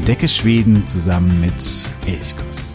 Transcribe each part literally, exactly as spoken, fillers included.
Entdecke Schweden zusammen mit Elchkuss.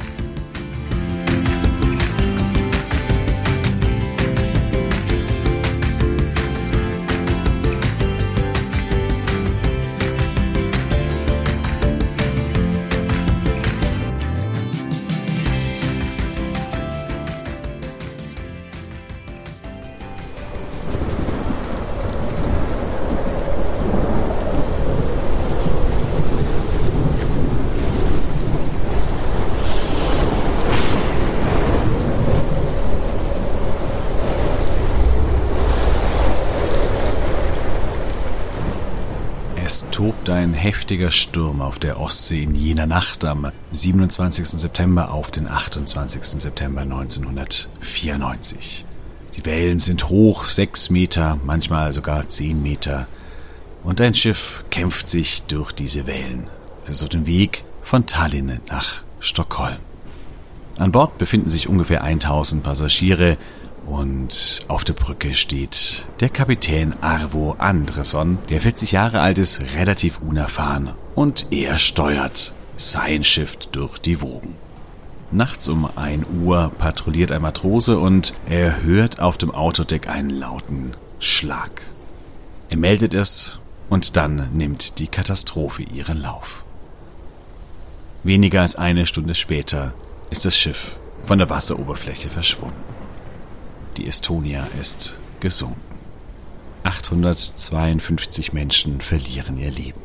Es tobt ein heftiger Sturm auf der Ostsee in jener Nacht am siebenundzwanzigsten September auf den achtundzwanzigsten September neunzehnhundertvierundneunzig. Die Wellen sind hoch, sechs Meter, manchmal sogar zehn Meter. Und ein Schiff kämpft sich durch diese Wellen. Es ist auf dem Weg von Tallinn nach Stockholm. An Bord befinden sich ungefähr tausend Passagiere. Und auf der Brücke steht der Kapitän Arvo Andresson, der vierzig Jahre alt ist, relativ unerfahren, und er steuert sein Schiff durch die Wogen. Nachts um ein Uhr patrouilliert ein Matrose und er hört auf dem Autodeck einen lauten Schlag. Er meldet es und dann nimmt die Katastrophe ihren Lauf. Weniger als eine Stunde später ist das Schiff von der Wasseroberfläche verschwunden. Die Estonia ist gesunken. achthundertzweiundfünfzig Menschen verlieren ihr Leben.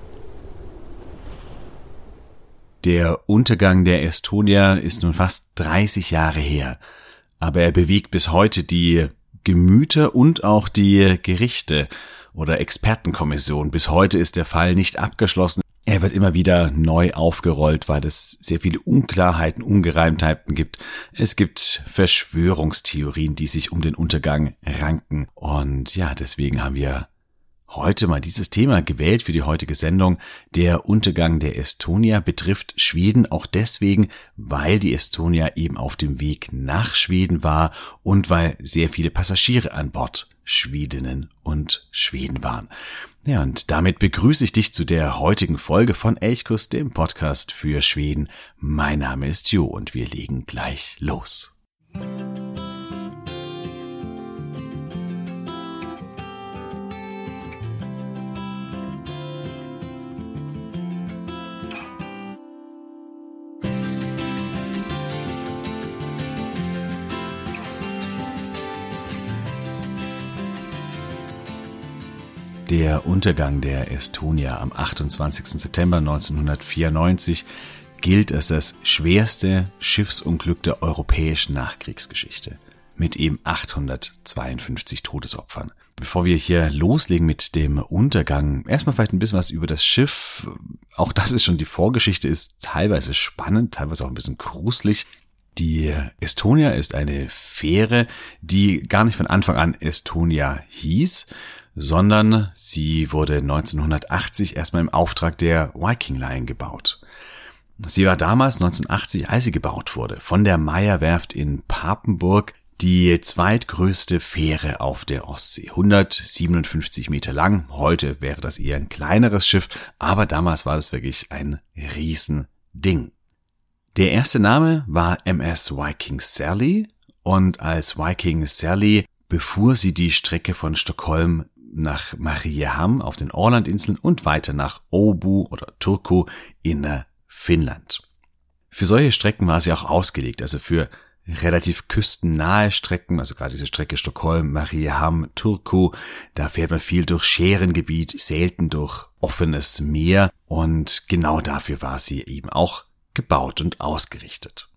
Der Untergang der Estonia ist nun fast dreißig Jahre her, aber er bewegt bis heute die Gemüter und auch die Gerichte oder Expertenkommission. Bis heute ist der Fall nicht abgeschlossen. Er wird immer wieder neu aufgerollt, weil es sehr viele Unklarheiten, Ungereimtheiten gibt. Es gibt Verschwörungstheorien, die sich um den Untergang ranken. Und ja, deswegen haben wir heute mal dieses Thema gewählt für die heutige Sendung. Der Untergang der Estonia betrifft Schweden auch deswegen, weil die Estonia eben auf dem Weg nach Schweden war und weil sehr viele Passagiere an Bord Schwedinnen und Schweden waren. Ja, und damit begrüße ich dich zu der heutigen Folge von Elchkuss, dem Podcast für Schweden. Mein Name ist Jo und wir legen gleich los. Der Untergang der Estonia am achtundzwanzigsten September neunzehnhundertvierundneunzig gilt als das schwerste Schiffsunglück der europäischen Nachkriegsgeschichte mit eben achthundertzweiundfünfzig Todesopfern. Bevor wir hier loslegen mit dem Untergang, erstmal vielleicht ein bisschen was über das Schiff. Auch das ist schon die Vorgeschichte, ist teilweise spannend, teilweise auch ein bisschen gruselig. Die Estonia ist eine Fähre, die gar nicht von Anfang an Estonia hieß, sondern sie wurde neunzehnhundertachtzig erstmal im Auftrag der Viking Line gebaut. Sie war damals neunzehnhundertachtzig, als sie gebaut wurde, von der Meyer-Werft in Papenburg die zweitgrößte Fähre auf der Ostsee. hundertsiebenundfünfzig Meter lang, heute wäre das eher ein kleineres Schiff, aber damals war das wirklich ein Riesending. Der erste Name war M S Viking Sally und als Viking Sally befuhr sie die Strecke von Stockholm nach Mariehamn auf den Ålandinseln und weiter nach Åbo oder Turku in Finnland. Für solche Strecken war sie auch ausgelegt, also für relativ küstennahe Strecken, also gerade diese Strecke Stockholm, Mariehamn, Turku, da fährt man viel durch Schärengebiet, selten durch offenes Meer und genau dafür war sie eben auch gebaut und ausgerichtet.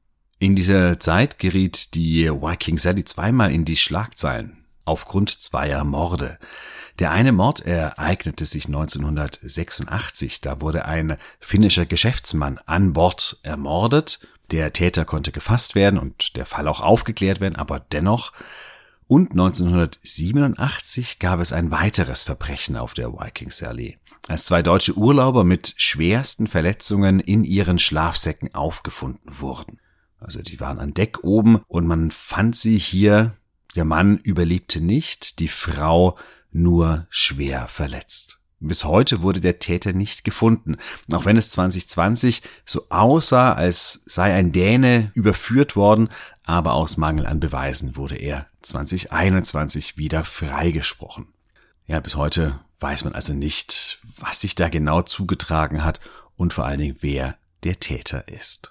In dieser Zeit geriet die Viking Sally zweimal in die Schlagzeilen aufgrund zweier Morde. Der eine Mord ereignete sich neunzehnhundertsechsundachtzig. Da wurde ein finnischer Geschäftsmann an Bord ermordet. Der Täter konnte gefasst werden und der Fall auch aufgeklärt werden, aber dennoch. Und neunzehnhundertsiebenundachtzig gab es ein weiteres Verbrechen auf der Viking Sally, als zwei deutsche Urlauber mit schwersten Verletzungen in ihren Schlafsäcken aufgefunden wurden. Also die waren an Deck oben und man fand sie hier. Der Mann überlebte nicht, die Frau nur schwer verletzt. Bis heute wurde der Täter nicht gefunden, auch wenn es zwanzig zwanzig so aussah, als sei ein Däne überführt worden, aber aus Mangel an Beweisen wurde er zwanzig einundzwanzig wieder freigesprochen. Ja, bis heute weiß man also nicht, was sich da genau zugetragen hat und vor allen Dingen, wer der Täter ist.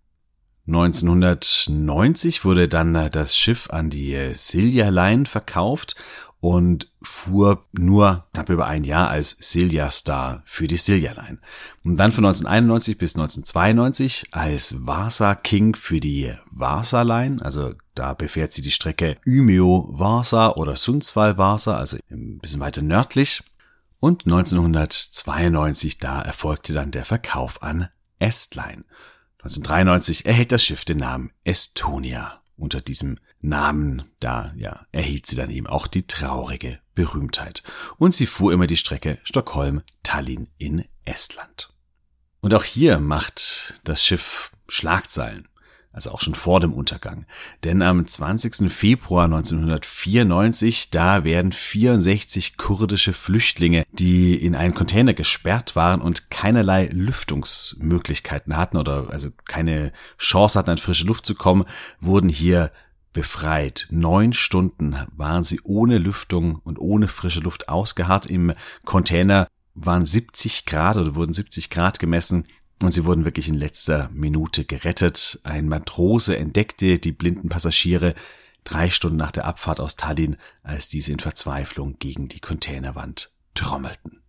neunzehnhundertneunzig wurde dann das Schiff an die Silja Line verkauft und fuhr nur knapp über ein Jahr als Silja Star für die Silja Line. Und dann von neunzehnhunderteinundneunzig bis neunzehnhundertzweiundneunzig als Vasa King für die Vasa Line, also da befährt sie die Strecke Umeå-Vasa oder Sundsvall-Vasa, also ein bisschen weiter nördlich. Und neunzehnhundertzweiundneunzig, da erfolgte dann der Verkauf an Estline. neunzehnhundertdreiundneunzig erhält das Schiff den Namen Estonia. Unter diesem Namen, da ja, erhielt sie dann eben auch die traurige Berühmtheit. Und sie fuhr immer die Strecke Stockholm-Tallinn in Estland. Und auch hier macht das Schiff Schlagzeilen, also auch schon vor dem Untergang. Denn am zwanzigsten Februar neunzehnhundertvierundneunzig, da werden vierundsechzig kurdische Flüchtlinge, die in einen Container gesperrt waren und keinerlei Lüftungsmöglichkeiten hatten oder also keine Chance hatten, an frische Luft zu kommen, wurden hier befreit. Neun Stunden waren sie ohne Lüftung und ohne frische Luft ausgeharrt. Im Container waren siebzig Grad oder wurden siebzig Grad gemessen. Und sie wurden wirklich in letzter Minute gerettet. Ein Matrose entdeckte die blinden Passagiere drei Stunden nach der Abfahrt aus Tallinn, als diese in Verzweiflung gegen die Containerwand trommelten.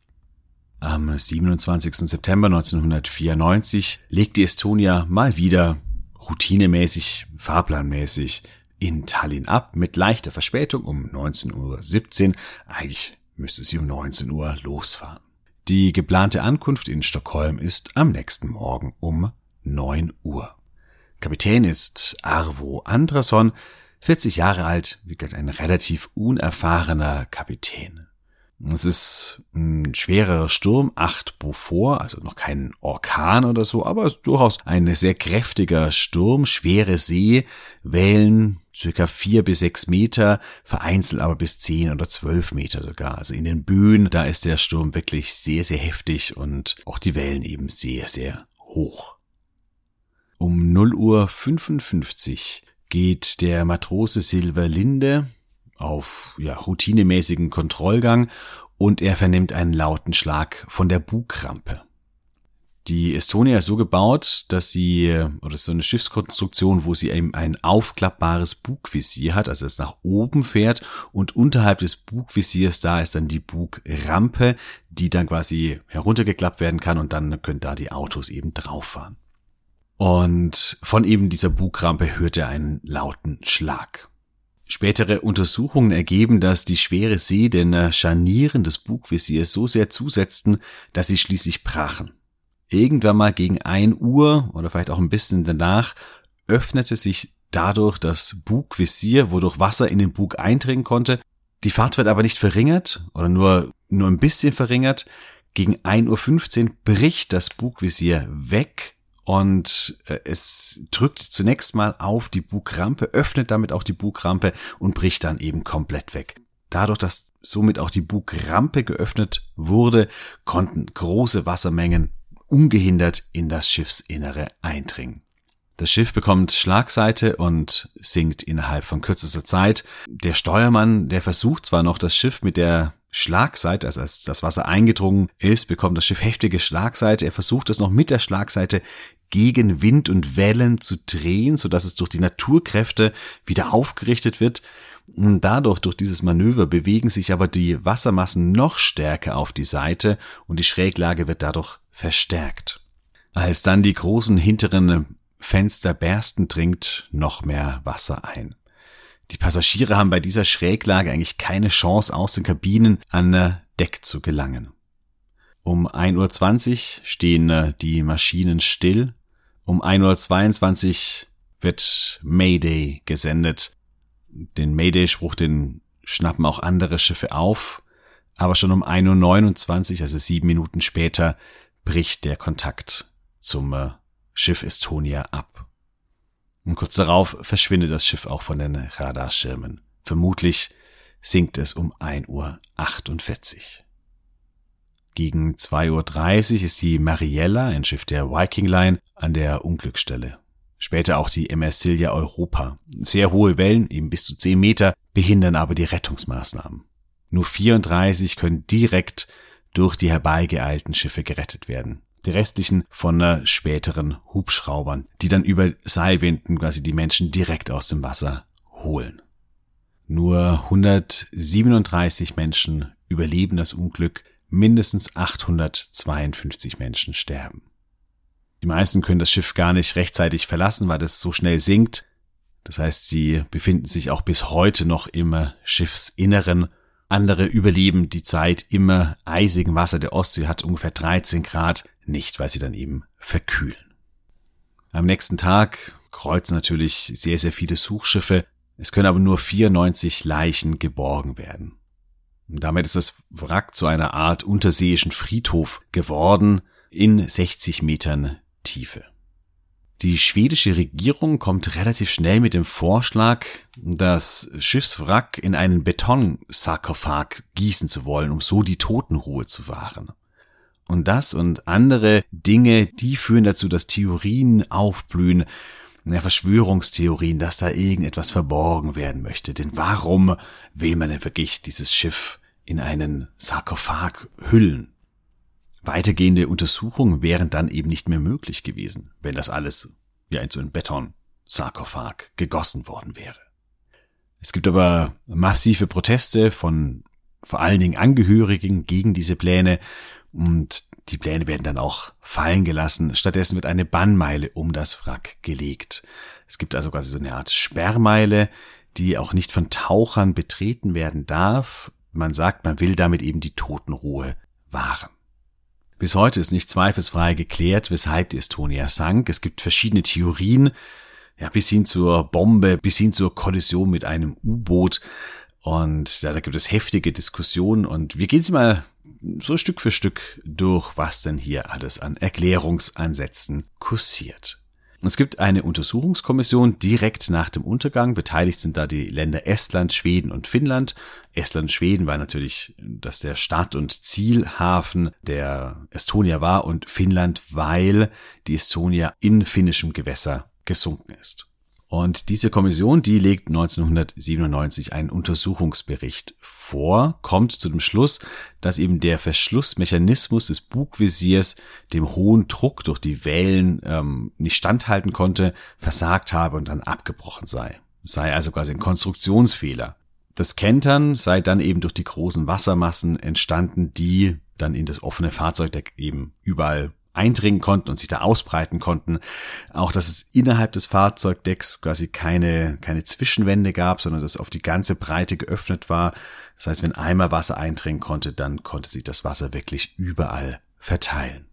Am siebenundzwanzigsten September neunzehnhundertvierundneunzig legt die Estonia mal wieder routinemäßig, fahrplanmäßig in Tallinn ab, mit leichter Verspätung um neunzehn Uhr siebzehn. Eigentlich müsste sie um neunzehn Uhr losfahren. Die geplante Ankunft in Stockholm ist am nächsten Morgen um neun Uhr. Kapitän ist Arvo Andrason, vierzig Jahre alt, wie gesagt, ein relativ unerfahrener Kapitän. Es ist ein schwerer Sturm, acht Beaufort, also noch kein Orkan oder so, aber es ist durchaus ein sehr kräftiger Sturm, schwere See, Wellen circa vier bis sechs Meter, vereinzelt aber bis zehn oder zwölf Meter sogar. Also in den Böen, da ist der Sturm wirklich sehr, sehr heftig und auch die Wellen eben sehr, sehr hoch. Um null Uhr fünfundfünfzig geht der Matrose Silver Linde auf ja, routinemäßigen Kontrollgang und er vernimmt einen lauten Schlag von der Bugrampe. Die Estonia ist so gebaut, dass sie, oder so eine Schiffskonstruktion, wo sie eben ein aufklappbares Bugvisier hat, also es nach oben fährt und unterhalb des Bugvisiers da ist dann die Bugrampe, die dann quasi heruntergeklappt werden kann und dann können da die Autos eben drauf fahren. Und von eben dieser Bugrampe hört er einen lauten Schlag. Spätere Untersuchungen ergeben, dass die schwere See den Scharnieren des Bugvisiers so sehr zusetzten, dass sie schließlich brachen. Irgendwann mal gegen ein Uhr oder vielleicht auch ein bisschen danach öffnete sich dadurch das Bugvisier, wodurch Wasser in den Bug eindringen konnte. Die Fahrt wird aber nicht verringert oder nur, nur ein bisschen verringert. Gegen ein Uhr fünfzehn bricht das Bugvisier weg und es drückt zunächst mal auf die Bugrampe, öffnet damit auch die Bugrampe und bricht dann eben komplett weg. Dadurch, dass somit auch die Bugrampe geöffnet wurde, konnten große Wassermengen ungehindert in das Schiffsinnere eindringen. Das Schiff bekommt Schlagseite und sinkt innerhalb von kürzester Zeit. Der Steuermann, der versucht zwar noch, das Schiff mit der Schlagseite, also als das Wasser eingedrungen ist, bekommt das Schiff heftige Schlagseite. Er versucht es noch mit der Schlagseite gegen Wind und Wellen zu drehen, sodass es durch die Naturkräfte wieder aufgerichtet wird. Und dadurch, durch dieses Manöver, bewegen sich aber die Wassermassen noch stärker auf die Seite und die Schräglage wird dadurch verstärkt. Als dann die großen hinteren Fenster bersten, dringt noch mehr Wasser ein. Die Passagiere haben bei dieser Schräglage eigentlich keine Chance, aus den Kabinen an Deck zu gelangen. Um ein Uhr zwanzig stehen die Maschinen still. Um ein Uhr zweiundzwanzig wird Mayday gesendet. Den Mayday-Spruch, den schnappen auch andere Schiffe auf. Aber schon um ein Uhr neunundzwanzig, also sieben Minuten später, bricht der Kontakt zum äh, Schiff Estonia ab. Und kurz darauf verschwindet das Schiff auch von den Radarschirmen. Vermutlich sinkt es um ein Uhr achtundvierzig. Gegen zwei Uhr dreißig ist die Mariella, ein Schiff der Viking Line, an der Unglücksstelle. Später auch die M S Silja Europa. Sehr hohe Wellen, eben bis zu zehn Meter, behindern aber die Rettungsmaßnahmen. Nur vierunddreißig können direkt durch die herbeigeeilten Schiffe gerettet werden. Die restlichen von äh, späteren Hubschraubern, die dann über Seilwinden quasi die Menschen direkt aus dem Wasser holen. Nur hundertsiebenunddreißig Menschen überleben das Unglück, mindestens achthundertzweiundfünfzig Menschen sterben. Die meisten können das Schiff gar nicht rechtzeitig verlassen, weil es so schnell sinkt. Das heißt, sie befinden sich auch bis heute noch im Schiffsinneren. Andere überleben die Zeit im eisigen Wasser. Der Ostsee hat ungefähr dreizehn Grad, nicht weil sie dann eben verkühlen. Am nächsten Tag kreuzen natürlich sehr, sehr viele Suchschiffe. Es können aber nur vierundneunzig Leichen geborgen werden. Und damit ist das Wrack zu einer Art unterseeischen Friedhof geworden in sechzig Metern Tiefe. Die schwedische Regierung kommt relativ schnell mit dem Vorschlag, das Schiffswrack in einen Betonsarkophag gießen zu wollen, um so die Totenruhe zu wahren. Und das und andere Dinge, die führen dazu, dass Theorien aufblühen, ja, Verschwörungstheorien, dass da irgendetwas verborgen werden möchte. Denn warum will man denn wirklich dieses Schiff in einen Sarkophag hüllen? Weitergehende Untersuchungen wären dann eben nicht mehr möglich gewesen, wenn das alles ja in so einen Betonsarkophag gegossen worden wäre. Es gibt aber massive Proteste von vor allen Dingen Angehörigen gegen diese Pläne und die Pläne werden dann auch fallen gelassen. Stattdessen wird eine Bannmeile um das Wrack gelegt. Es gibt also quasi so eine Art Sperrmeile, die auch nicht von Tauchern betreten werden darf. Man sagt, man will damit eben die Totenruhe wahren. Bis heute ist nicht zweifelsfrei geklärt, weshalb die Estonia sank. Es gibt verschiedene Theorien, ja, bis hin zur Bombe, bis hin zur Kollision mit einem U-Boot. Und ja, da gibt es heftige Diskussionen und wir gehen sie mal so Stück für Stück durch, was denn hier alles an Erklärungsansätzen kursiert. Es gibt eine Untersuchungskommission direkt nach dem Untergang. Beteiligt sind da die Länder Estland, Schweden und Finnland. Estland, Schweden war natürlich, dass der Start- und Zielhafen der Estonia war und Finnland, weil die Estonia in finnischem Gewässer gesunken ist. Und diese Kommission, die legt neunzehnhundertsiebenundneunzig einen Untersuchungsbericht vor, kommt zu dem Schluss, dass eben der Verschlussmechanismus des Bugvisiers dem hohen Druck durch die Wellen ähm, nicht standhalten konnte, versagt habe und dann abgebrochen sei. Sei also quasi ein Konstruktionsfehler. Das Kentern sei dann eben durch die großen Wassermassen entstanden, die dann in das offene Fahrzeugdeck eben überall eindringen konnten und sich da ausbreiten konnten. Auch, dass es innerhalb des Fahrzeugdecks quasi keine, keine Zwischenwände gab, sondern dass auf die ganze Breite geöffnet war. Das heißt, wenn einmal Wasser eindringen konnte, dann konnte sich das Wasser wirklich überall verteilen.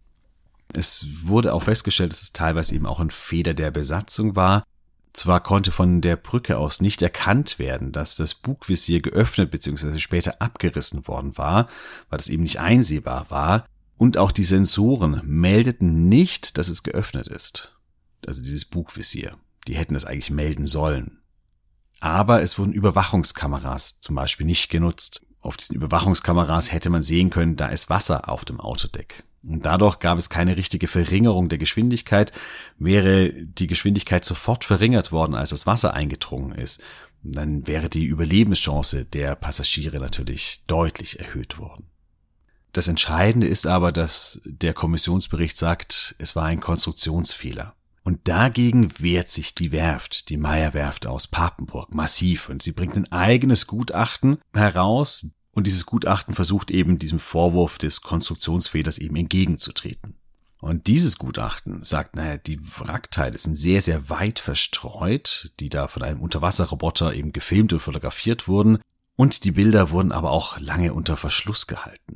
Es wurde auch festgestellt, dass es teilweise eben auch ein Fehler der Besatzung war. Zwar konnte von der Brücke aus nicht erkannt werden, dass das Bugvisier geöffnet bzw. später abgerissen worden war, weil das eben nicht einsehbar war. Und auch die Sensoren meldeten nicht, dass es geöffnet ist. Also dieses Bugvisier. Die hätten es eigentlich melden sollen. Aber es wurden Überwachungskameras zum Beispiel nicht genutzt. Auf diesen Überwachungskameras hätte man sehen können, da ist Wasser auf dem Autodeck. Und dadurch gab es keine richtige Verringerung der Geschwindigkeit. Wäre die Geschwindigkeit sofort verringert worden, als das Wasser eingedrungen ist, dann wäre die Überlebenschance der Passagiere natürlich deutlich erhöht worden. Das Entscheidende ist aber, dass der Kommissionsbericht sagt, es war ein Konstruktionsfehler. Und dagegen wehrt sich die Werft, die Meyer-Werft aus Papenburg, massiv. Und sie bringt ein eigenes Gutachten heraus. Und dieses Gutachten versucht eben diesem Vorwurf des Konstruktionsfehlers eben entgegenzutreten. Und dieses Gutachten sagt, naja, die Wrackteile sind sehr, sehr weit verstreut, die da von einem Unterwasserroboter eben gefilmt und fotografiert wurden. Und die Bilder wurden aber auch lange unter Verschluss gehalten.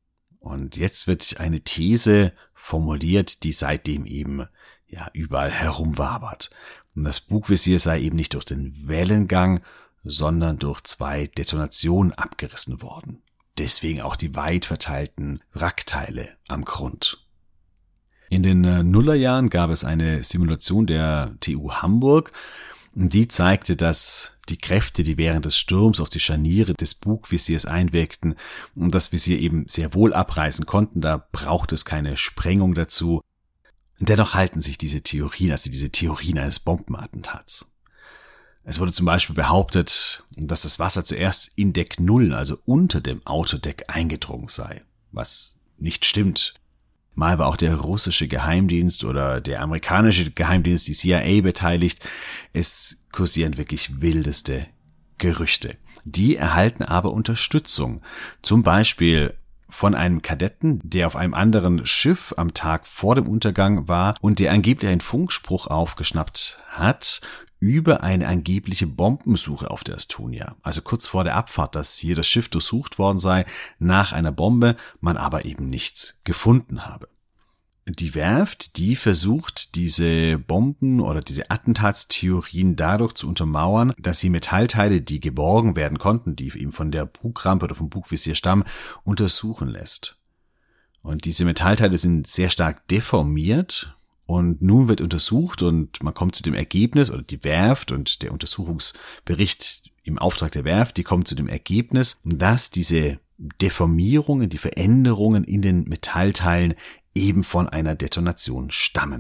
Und jetzt wird eine These formuliert, die seitdem eben ja überall herumwabert. Und das Bugvisier sei eben nicht durch den Wellengang, sondern durch zwei Detonationen abgerissen worden. Deswegen auch die weit verteilten Wrackteile am Grund. In den Nullerjahren gab es eine Simulation der T U Hamburg Die zeigte, dass die Kräfte, die während des Sturms auf die Scharniere des Bugvisiers einwirkten, das Visier eben sehr wohl abreißen konnten. Da braucht es keine Sprengung dazu. Dennoch halten sich diese Theorien, also diese Theorien eines Bombenattentats. Es wurde zum Beispiel behauptet, dass das Wasser zuerst in Deck Null, also unter dem Autodeck, eingedrungen sei, was nicht stimmt. Mal war auch der russische Geheimdienst oder der amerikanische Geheimdienst, die C I A, beteiligt. Es kursieren wirklich wildeste Gerüchte. Die erhalten aber Unterstützung. Zum Beispiel von einem Kadetten, der auf einem anderen Schiff am Tag vor dem Untergang war und der angeblich einen Funkspruch aufgeschnappt hat über eine angebliche Bombensuche auf der Estonia. Also kurz vor der Abfahrt, dass hier das Schiff durchsucht worden sei nach einer Bombe, man aber eben nichts gefunden habe. Die Werft, die versucht, diese Bomben oder diese Attentatstheorien dadurch zu untermauern, dass sie Metallteile, die geborgen werden konnten, die eben von der Bugrampe oder vom Bugvisier stammen, untersuchen lässt. Und diese Metallteile sind sehr stark deformiert. Und nun wird untersucht und man kommt zu dem Ergebnis, oder die Werft und der Untersuchungsbericht im Auftrag der Werft, die kommt zu dem Ergebnis, dass diese Deformierungen, die Veränderungen in den Metallteilen eben von einer Detonation stammen.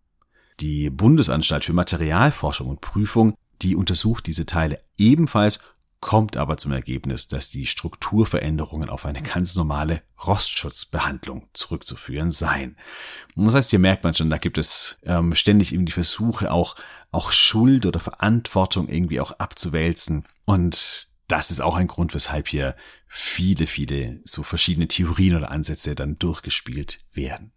Die Bundesanstalt für Materialforschung und Prüfung, die untersucht diese Teile ebenfalls, kommt aber zum Ergebnis, dass die Strukturveränderungen auf eine ganz normale Rostschutzbehandlung zurückzuführen seien. Und das heißt, hier merkt man schon, da gibt es ähm, ständig eben die Versuche, auch, auch Schuld oder Verantwortung irgendwie auch abzuwälzen. Und das ist auch ein Grund, weshalb hier viele, viele so verschiedene Theorien oder Ansätze dann durchgespielt werden.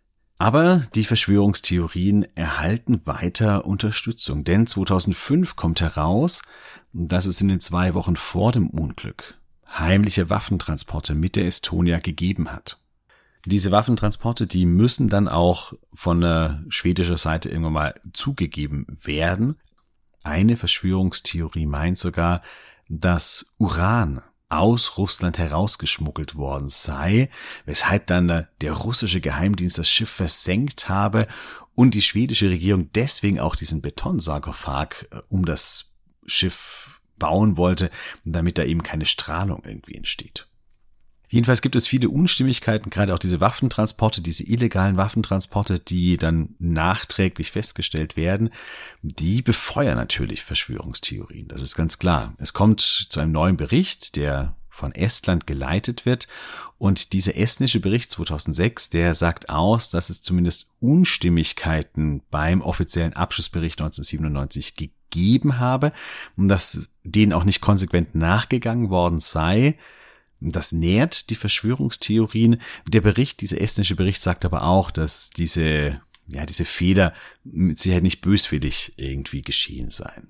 Aber die Verschwörungstheorien erhalten weiter Unterstützung, denn zweitausendfünf kommt heraus, dass es in den zwei Wochen vor dem Unglück heimliche Waffentransporte mit der Estonia gegeben hat. Diese Waffentransporte, die müssen dann auch von der schwedischen Seite irgendwann mal zugegeben werden. Eine Verschwörungstheorie meint sogar, dass Uran aus Russland herausgeschmuggelt worden sei, weshalb dann der russische Geheimdienst das Schiff versenkt habe und die schwedische Regierung deswegen auch diesen Betonsarkophag um das Schiff bauen wollte, damit da eben keine Strahlung irgendwie entsteht. Jedenfalls gibt es viele Unstimmigkeiten, gerade auch diese Waffentransporte, diese illegalen Waffentransporte, die dann nachträglich festgestellt werden, die befeuern natürlich Verschwörungstheorien, das ist ganz klar. Es kommt zu einem neuen Bericht, der von Estland geleitet wird und dieser estnische Bericht zweitausendsechs, der sagt aus, dass es zumindest Unstimmigkeiten beim offiziellen Abschlussbericht neunzehnhundertsiebenundneunzig gegeben habe und dass denen auch nicht konsequent nachgegangen worden sei. Das nährt die Verschwörungstheorien. Der Bericht, dieser estnische Bericht sagt aber auch, dass diese, ja, diese Fehler mit Sicherheit nicht böswillig irgendwie geschehen seien.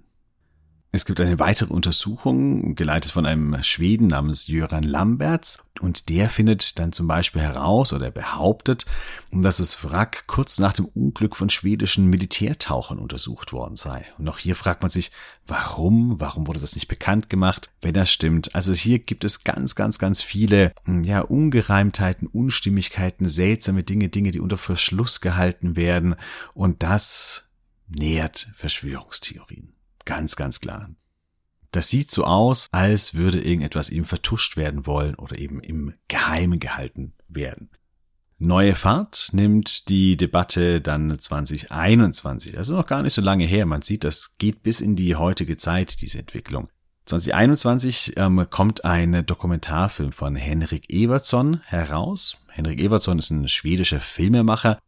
Es gibt eine weitere Untersuchung, geleitet von einem Schweden namens Göran Lamberts, und der findet dann zum Beispiel heraus oder behauptet, dass das Wrack kurz nach dem Unglück von schwedischen Militärtauchern untersucht worden sei. Und auch hier fragt man sich, warum? Warum wurde das nicht bekannt gemacht, wenn das stimmt? Also hier gibt es ganz, ganz, ganz viele, ja, Ungereimtheiten, Unstimmigkeiten, seltsame Dinge, Dinge, die unter Verschluss gehalten werden, und das nährt Verschwörungstheorien. Ganz, ganz klar. Das sieht so aus, als würde irgendetwas eben vertuscht werden wollen oder eben im Geheimen gehalten werden. Neue Fahrt nimmt die Debatte dann zwanzig einundzwanzig, also noch gar nicht so lange her. Man sieht, das geht bis in die heutige Zeit, diese Entwicklung. zwanzig einundzwanzig ähm, kommt ein Dokumentarfilm von Henrik Evertsson heraus. Henrik Evertsson ist ein schwedischer Filmemacher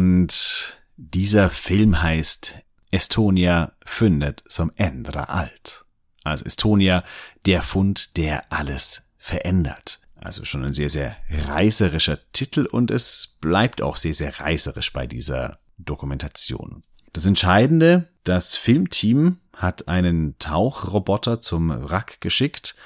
und dieser Film heißt Estonia, Fundet som ändrar allt. Also Estonia, der Fund, der alles verändert. Also schon ein sehr, sehr reißerischer Titel, und es bleibt auch sehr, sehr reißerisch bei dieser Dokumentation. Das Entscheidende, das Filmteam hat einen Tauchroboter zum Wrack geschickt,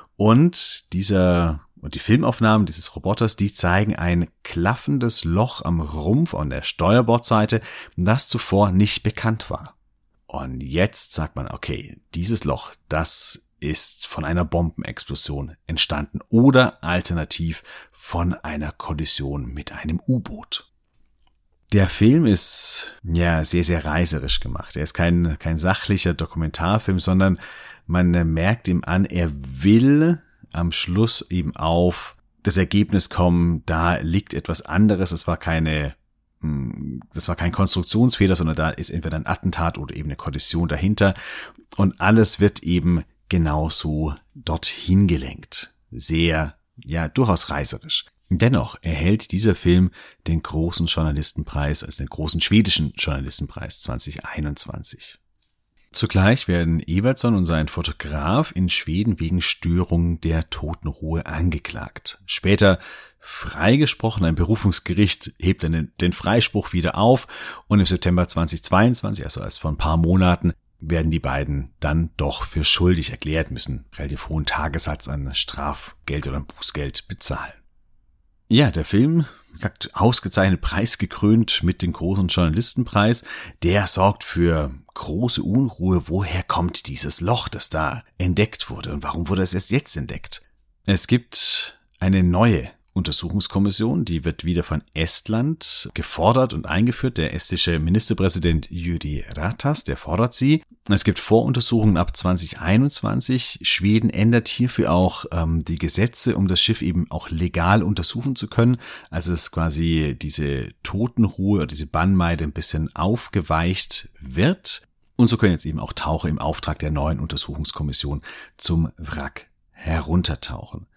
und dieser und die Filmaufnahmen dieses Roboters, die zeigen ein klaffendes Loch am Rumpf an der Steuerbordseite, das zuvor nicht bekannt war. Und jetzt sagt man, okay, dieses Loch, das ist von einer Bombenexplosion entstanden oder alternativ von einer Kollision mit einem U-Boot. Der Film ist ja sehr, sehr reiserisch gemacht. Er ist kein, kein sachlicher Dokumentarfilm, sondern man merkt ihm an, er will am Schluss eben auf das Ergebnis kommen, da liegt etwas anderes. Es war keine, das war kein Konstruktionsfehler, sondern da ist entweder ein Attentat oder eben eine Kollision dahinter. Und alles wird eben genauso dorthin gelenkt. Sehr, ja, durchaus reiserisch. Dennoch erhält dieser Film den großen Journalistenpreis, also den großen schwedischen Journalistenpreis zwanzig einundzwanzig. Zugleich werden Evertsson und sein Fotograf in Schweden wegen Störung der Totenruhe angeklagt. Später freigesprochen, ein Berufungsgericht hebt dann den Freispruch wieder auf und im September zweitausendzweiundzwanzig, also erst vor ein paar Monaten, werden die beiden dann doch für schuldig erklärt, müssen relativ hohen Tagessatz an Strafgeld oder Bußgeld bezahlen. Ja, der Film, ausgezeichnet preisgekrönt mit dem großen Journalistenpreis, der sorgt für große Unruhe. Woher kommt dieses Loch, das da entdeckt wurde und warum wurde es erst jetzt entdeckt? Es gibt eine neue Untersuchungskommission, die wird wieder von Estland gefordert und eingeführt. Der estische Ministerpräsident Jüri Ratas, der fordert sie. Es gibt Voruntersuchungen ab zwanzig einundzwanzig. Schweden ändert hierfür auch ähm, die Gesetze, um das Schiff eben auch legal untersuchen zu können. Also dass quasi diese Totenruhe oder diese Bannmeile ein bisschen aufgeweicht wird. Und so können jetzt eben auch Taucher im Auftrag der neuen Untersuchungskommission zum Wrack heruntertauchen.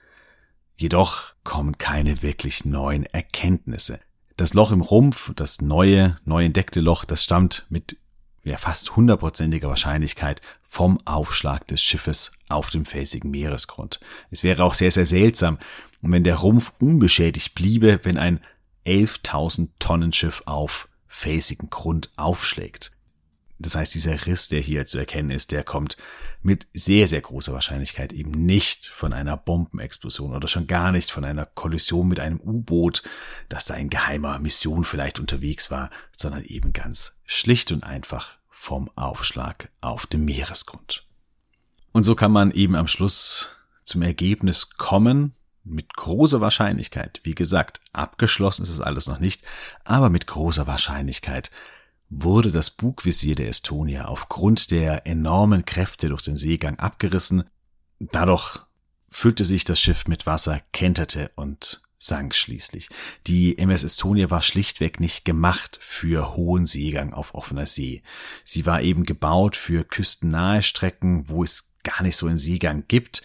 Jedoch kommen keine wirklich neuen Erkenntnisse. Das Loch im Rumpf, das neue, neu entdeckte Loch, das stammt mit ja, fast hundertprozentiger Wahrscheinlichkeit vom Aufschlag des Schiffes auf dem felsigen Meeresgrund. Es wäre auch sehr, sehr seltsam, wenn der Rumpf unbeschädigt bliebe, wenn ein elftausend Tonnen Schiff auf felsigen Grund aufschlägt. Das heißt, dieser Riss, der hier zu erkennen ist, der kommt mit sehr, sehr großer Wahrscheinlichkeit eben nicht von einer Bombenexplosion oder schon gar nicht von einer Kollision mit einem U-Boot, das da in geheimer Mission vielleicht unterwegs war, sondern eben ganz schlicht und einfach vom Aufschlag auf dem Meeresgrund. Und so kann man eben am Schluss zum Ergebnis kommen, mit großer Wahrscheinlichkeit, wie gesagt, abgeschlossen ist es alles noch nicht, aber mit großer Wahrscheinlichkeit wurde das Bugvisier der Estonia aufgrund der enormen Kräfte durch den Seegang abgerissen. Dadurch füllte sich das Schiff mit Wasser, kenterte und sank schließlich. Die M S Estonia war schlichtweg nicht gemacht für hohen Seegang auf offener See. Sie war eben gebaut für küstennahe Strecken, wo es gar nicht so einen Seegang gibt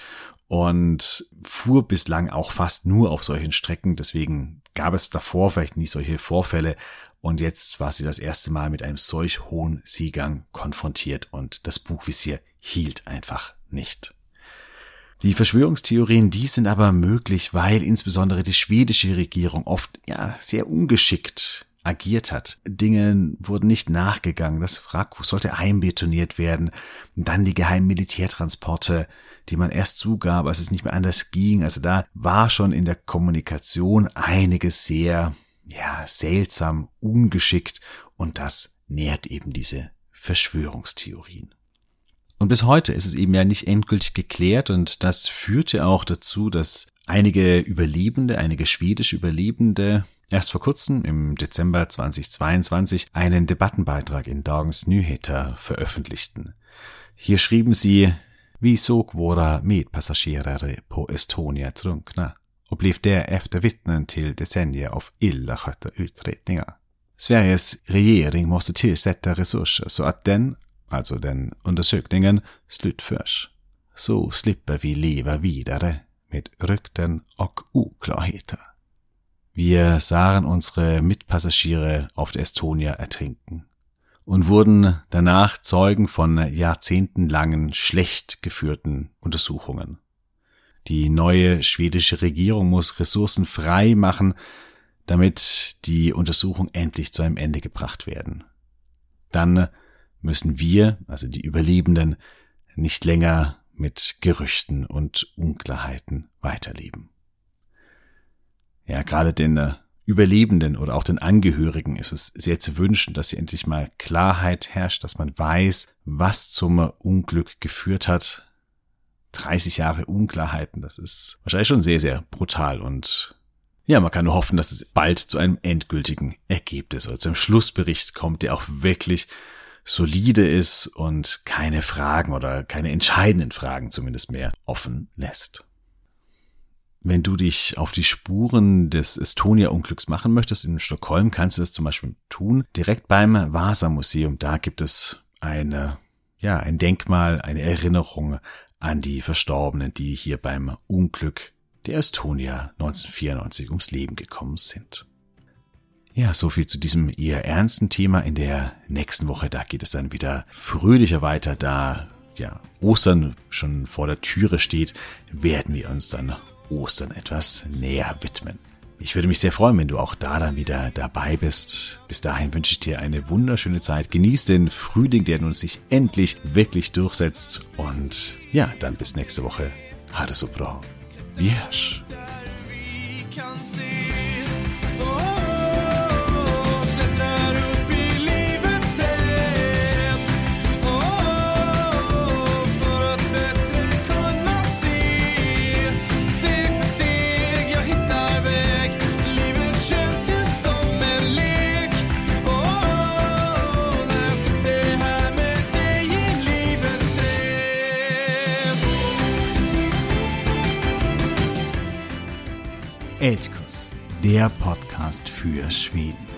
und fuhr bislang auch fast nur auf solchen Strecken. Deswegen gab es davor vielleicht nie solche Vorfälle. Und jetzt war sie das erste Mal mit einem solch hohen Seegang konfrontiert und das Bugvisier hielt einfach nicht. Die Verschwörungstheorien, die sind aber möglich, weil insbesondere die schwedische Regierung oft ja sehr ungeschickt agiert hat. Dinge wurden nicht nachgegangen, das Wrack sollte einbetoniert werden. Und dann die geheimen Militärtransporte, die man erst zugab, als es nicht mehr anders ging. Also da war schon in der Kommunikation einiges sehr ja, seltsam, ungeschickt und das nährt eben diese Verschwörungstheorien. Und bis heute ist es eben ja nicht endgültig geklärt und das führte auch dazu, dass einige Überlebende, einige schwedische Überlebende erst vor kurzem im Dezember zweitausendzweiundzwanzig einen Debattenbeitrag in Dagens Nyheter veröffentlichten. Hier schrieben sie, vi såg våra medpassagerare på Estonia drunkna och blev därefter vittnen till decennier av illa skötta utredningar. Sveriges regering måste tillsätta resurser så att den, alltså den undersökningen, slutförs. Så slipper vi leva vidare med rykten och oklarheter. Wir sahen unsere Mitpassagiere auf der Estonia ertrinken und wurden danach Zeugen von jahrzehntelangen, schlecht geführten Untersuchungen. Die neue schwedische Regierung muss Ressourcen frei machen, damit die Untersuchung endlich zu einem Ende gebracht werden. Dann müssen wir, also die Überlebenden, nicht länger mit Gerüchten und Unklarheiten weiterleben. Ja, gerade den Überlebenden oder auch den Angehörigen ist es sehr zu wünschen, dass hier endlich mal Klarheit herrscht, dass man weiß, was zum Unglück geführt hat. dreißig Jahre Unklarheiten, das ist wahrscheinlich schon sehr, sehr brutal und Ja, man kann nur hoffen, dass es bald zu einem endgültigen Ergebnis oder zu einem Schlussbericht kommt, der auch wirklich solide ist und keine Fragen oder keine entscheidenden Fragen zumindest mehr offen lässt. Wenn du dich auf die Spuren des Estonia-Unglücks machen möchtest in Stockholm, kannst du das zum Beispiel tun, direkt beim Vasa-Museum. Da gibt es eine, ja, ein Denkmal, eine Erinnerung an die Verstorbenen, die hier beim Unglück der Estonia neunzehnhundertvierundneunzig ums Leben gekommen sind. Ja, so viel zu diesem eher ernsten Thema. In der nächsten Woche, da geht es dann wieder fröhlicher weiter. Da ja Ostern schon vor der Türe steht, werden wir uns dann Ostern etwas näher widmen. Ich würde mich sehr freuen, wenn du auch da dann wieder dabei bist. Bis dahin wünsche ich dir eine wunderschöne Zeit. Genieß den Frühling, der nun sich endlich wirklich durchsetzt. Und ja, dann bis nächste Woche. Ha det så bra. Vi hörs. Elchkuss, der Podcast für Schweden.